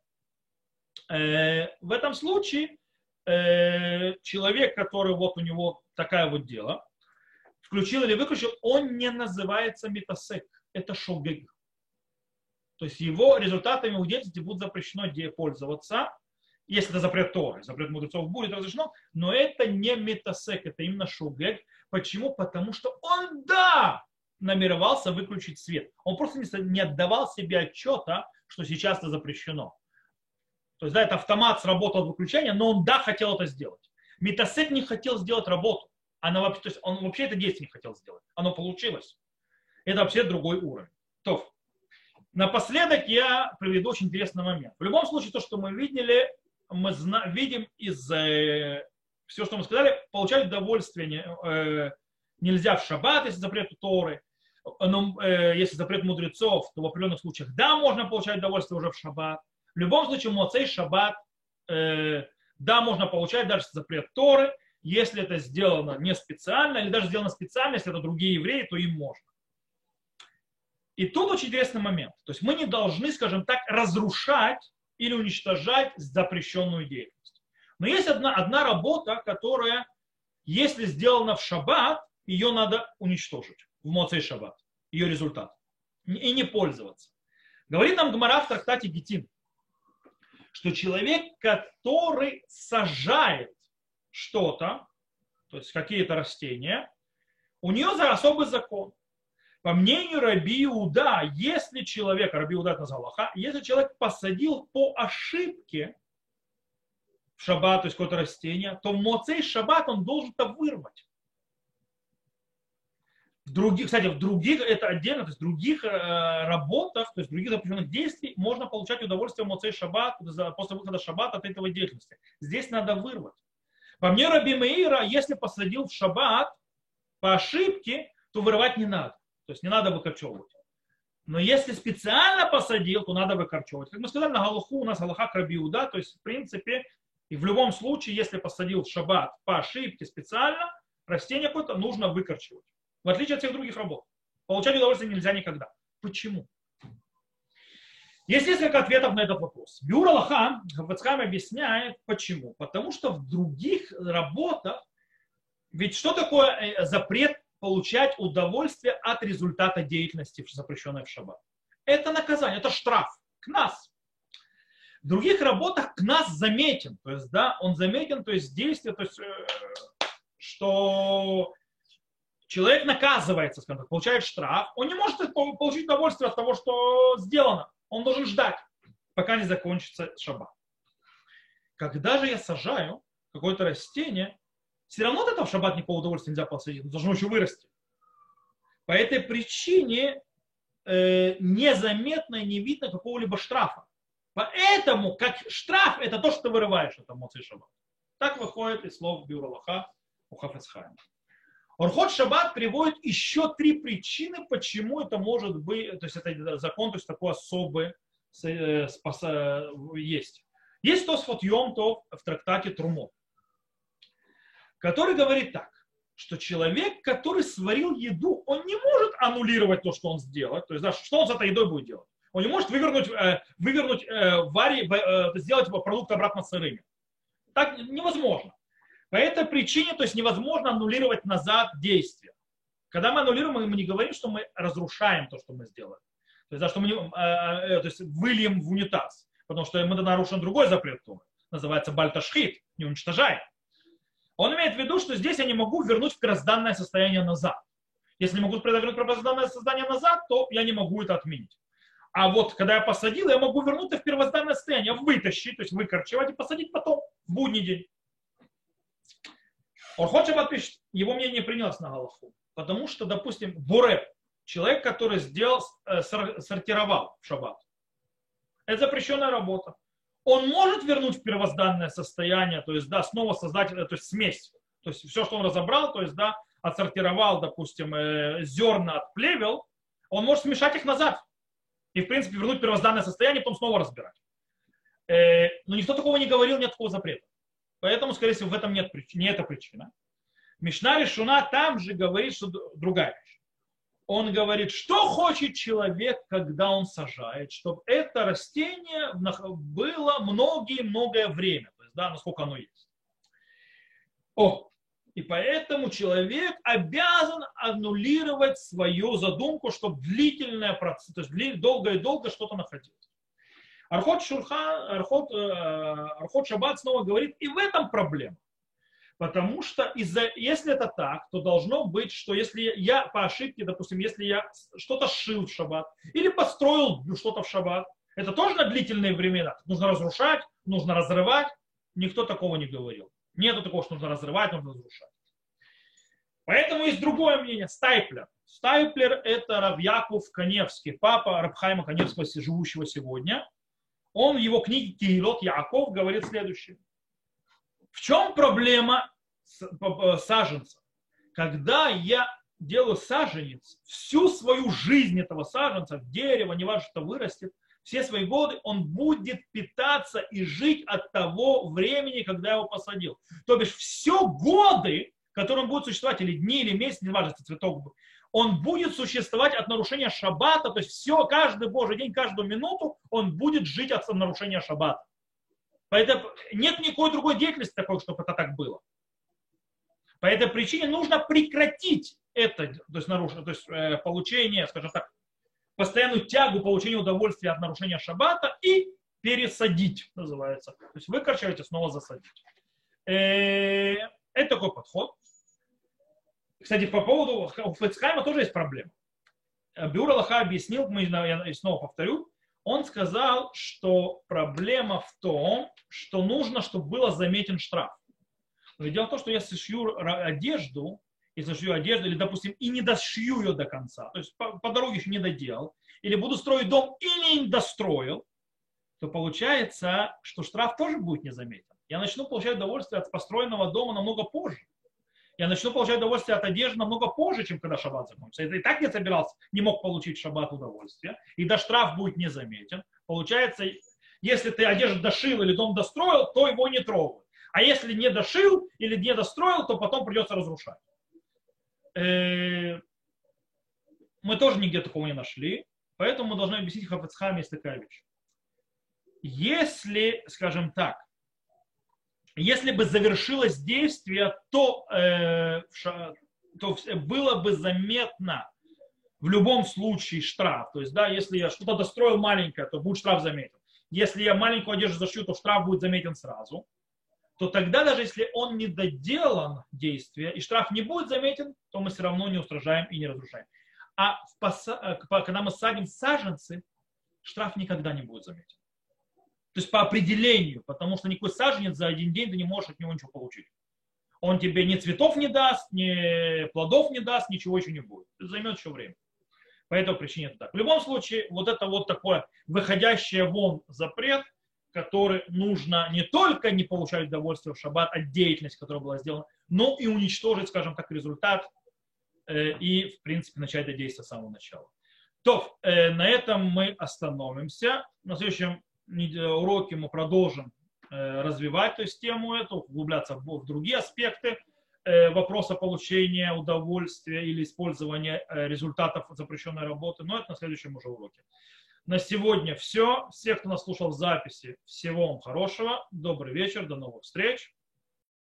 В этом случае человек, который вот у него такое вот дело, включил или выключил, он не называется метасек, это шогег. То есть его результатами его деятельности будут запрещено пользоваться, если это запрет Торы. Запрет мудрецов будет разрешено, но это не метасек, это именно шугег. Почему? Потому что он, да, намеревался выключить свет. Он просто не отдавал себе отчета, что сейчас это запрещено. То есть, да, это автомат сработал выключение, но он, да, хотел это сделать. Метасек не хотел сделать работу. Она вообще, то есть он вообще это действие не хотел сделать. Оно получилось. Это вообще другой уровень. То, напоследок я приведу очень интересный момент. В любом случае, то, что мы видели, мы зна- видим из э, всего, что мы сказали, получать удовольствие не, э, нельзя в шаббат, если запрет Торы. Но э, если запрет мудрецов, то в определенных случаях да, можно получать удовольствие уже в шаббат. В любом случае, моцей шаббат, э, да, можно получать даже запрет Торы, если это сделано не специально, или даже сделано специально, если это другие евреи, то им можно. И тут очень интересный момент. То есть мы не должны, скажем так, разрушать или уничтожать запрещенную деятельность. Но есть одна, одна работа, которая, если сделана в шаббат, ее надо уничтожить в моцей шаббат, ее результат, и не пользоваться. Говорит нам Гемара в трактате Гитин, что человек, который сажает что-то, то есть какие-то растения, у нее за особый закон. По мнению Раби Иуда, если человек, Раби Иуда это Галаха, если человек посадил по ошибке в шаббат, то есть какое-то растение, то в моцей шаббат он должен это вырвать. В других, кстати, в других, это отдельно, то есть в других э, работах, то есть в других запрещенных действий можно получать удовольствие в моцей шаббат, после выхода шаббата от этого деятельности. Здесь надо вырвать. По мнению Раби Меира, если посадил в шаббат по ошибке, то вырывать не надо. То есть не надо выкорчевывать. Но если специально посадил, то надо выкорчевывать. Как мы сказали, на Галаху у нас Галаха Раби Иуда, то есть в принципе, и в любом случае, если посадил в шаббат по ошибке специально, растение какое-то нужно выкорчевать. В отличие от всех других работ. Получать удовольствие нельзя никогда. Почему? Есть несколько ответов на этот вопрос. Биур Алаха Хафец-Хаим объясняет, почему. Потому что в других работах, ведь что такое запрет получать удовольствие от результата деятельности, запрещенной в шаббат? Это наказание, это штраф, кнас. В других работах кнас заметен, то есть, да, он заметен, то есть действие, то есть, что человек наказывается, скажем так, получает штраф, он не может получить удовольствие от того, что сделано. Он должен ждать, пока не закончится шаббат. Когда же я сажаю какое-то растение, все равно от этого в шаббат никакого удовольствия нельзя посадить, должно еще вырасти. По этой причине э, незаметно и не видно какого-либо штрафа. Поэтому, как штраф, это то, что ты вырываешь, это моцей шаббат. Так выходит из слов Биур Алаха у Хафец-Хаима. Орхот Шаббат приводит еще три причины, почему это может быть, то есть это закон, то есть такой особый э, спаса, есть. Есть Тосфот Йом Тов в трактате Трумот, который говорит так, что человек, который сварил еду, он не может аннулировать то, что он сделал. То есть, да, что он с этой едой будет делать? Он не может вывернуть, э, вывернуть э, вари, э, сделать продукт обратно сырыми. Так невозможно. По этой причине, то есть невозможно аннулировать назад действие. Когда мы аннулируем, мы не говорим, что мы разрушаем то, что мы сделали. То есть, да, что мы не, э, э, то есть выльем в унитаз, потому что мы нарушим другой запрет, называется бальташхит, не уничтожаем. Он имеет в виду, что здесь я не могу вернуть в первозданное состояние назад. Если не могу вернуть в первозданное состояние назад, то я не могу это отменить. А вот когда я посадил, я могу вернуть это в первозданное состояние, вытащить, то есть выкорчевать и посадить потом, в будний день. Орхот Шаббат пишет, его мнение принялось на Галаху. Потому что, допустим, Буреб, человек, который сделал, сортировал в шаббат, это запрещенная работа. Он может вернуть в первозданное состояние, то есть, да, снова создать, то есть, смесь. То есть, все, что он разобрал, то есть, да, отсортировал, допустим, зерна от плевел, он может смешать их назад. И, в принципе, вернуть в первозданное состояние, потом снова разбирать. Но никто такого не говорил, нет такого запрета. Поэтому, скорее всего, в этом нет причины, не эта причина. Мишна Решуна там же говорит, что другая вещь. Он говорит, что хочет человек, когда он сажает, чтобы это растение было многие-многое время. То есть, да, насколько оно есть. О, И поэтому человек обязан аннулировать свою задумку, чтобы длительное, то есть долго и долго что-то находилось. Архот Шурхан, Архот, Архот Шаббат снова говорит, и в этом проблема. Потому что из-за, если это так, то должно быть, что если я по ошибке, допустим, если я что-то сшил в шаббат или построил что-то в шаббат, это тоже на длительные времена. Нужно разрушать, нужно разрывать. Никто такого не говорил. Нету такого, что нужно разрывать, нужно разрушать. Поэтому есть другое мнение. Стайплер. Стайплер – это Рав Яков Каневский, папа Рав Хаима Каневского, живущего сегодня. Он в его книге «Киилот Яаков» говорит следующее. В чем проблема саженца? Когда я делаю саженец, всю свою жизнь этого саженца, дерево, неважно, что вырастет, все свои годы он будет питаться и жить от того времени, когда я его посадил. То бишь все годы, которые он будет существовать, или дни, или месяцы, неважно, если цветок, он будет существовать от нарушения шаббата, то есть все, каждый божий день, каждую минуту он будет жить от нарушения шаббата. Поэтому нет никакой другой деятельности такой, чтобы это так было. По этой причине нужно прекратить это, то есть, наруш... то есть э, получение, скажем так, постоянную тягу получения удовольствия от нарушения шаббата и пересадить, называется. То есть выкорчевать и снова засадить. Э, это такой подход. Кстати, по поводу у Фецхайма тоже есть проблема. Биур Алаха объяснил, я снова повторю, он сказал, что проблема в том, что нужно, чтобы был заметен штраф. Но дело в том, что я сошью одежду, и сошью одежду, или, допустим, и не дошью ее до конца, то есть по, по дороге еще не доделал, или буду строить дом и не достроил, то получается, что штраф тоже будет незаметен. Я начну получать удовольствие от построенного дома намного позже. Я начну получать удовольствие от одежды намного позже, чем когда шаббат закончится. Я и так не собирался, не мог получить в шаббат удовольствие, и да штраф будет незаметен. Получается, если ты одежду дошил или дом достроил, то его не трогают. А если не дошил или не достроил, то потом придется разрушать. Мы тоже нигде такого не нашли, поэтому мы должны объяснить Хафец Хаим, есть такая вещь. Если, скажем так, если бы завершилось действие, то, э, то было бы заметно в любом случае штраф. То есть, да, если я что-то достроил маленькое, то будет штраф заметен. Если я маленькую одежду зашью, то штраф будет заметен сразу. То тогда, даже если он не доделан действие, и штраф не будет заметен, то мы все равно не устражаем и не разрушаем. А в поса... когда мы садим саженцы, штраф никогда не будет заметен. То есть по определению, потому что никакой саженец за один день ты не можешь от него ничего получить. Он тебе ни цветов не даст, ни плодов не даст, ничего еще не будет. Это займет еще время. По этой причине это так. В любом случае, вот это вот такое выходящее вон запрет, который нужно не только не получать удовольствие в шаббат от деятельности, которая была сделана, но и уничтожить, скажем так, результат э, и, в принципе, начать это действие с самого начала. То, э, на этом мы остановимся. На следующем уроке мы продолжим э, развивать то есть, тему эту, углубляться в, в другие аспекты э, вопроса получения удовольствия или использования э, результатов запрещенной работы. Но это на следующем уже уроке. На сегодня все. Всех, кто нас слушал в записи, всего вам хорошего. Добрый вечер. До новых встреч.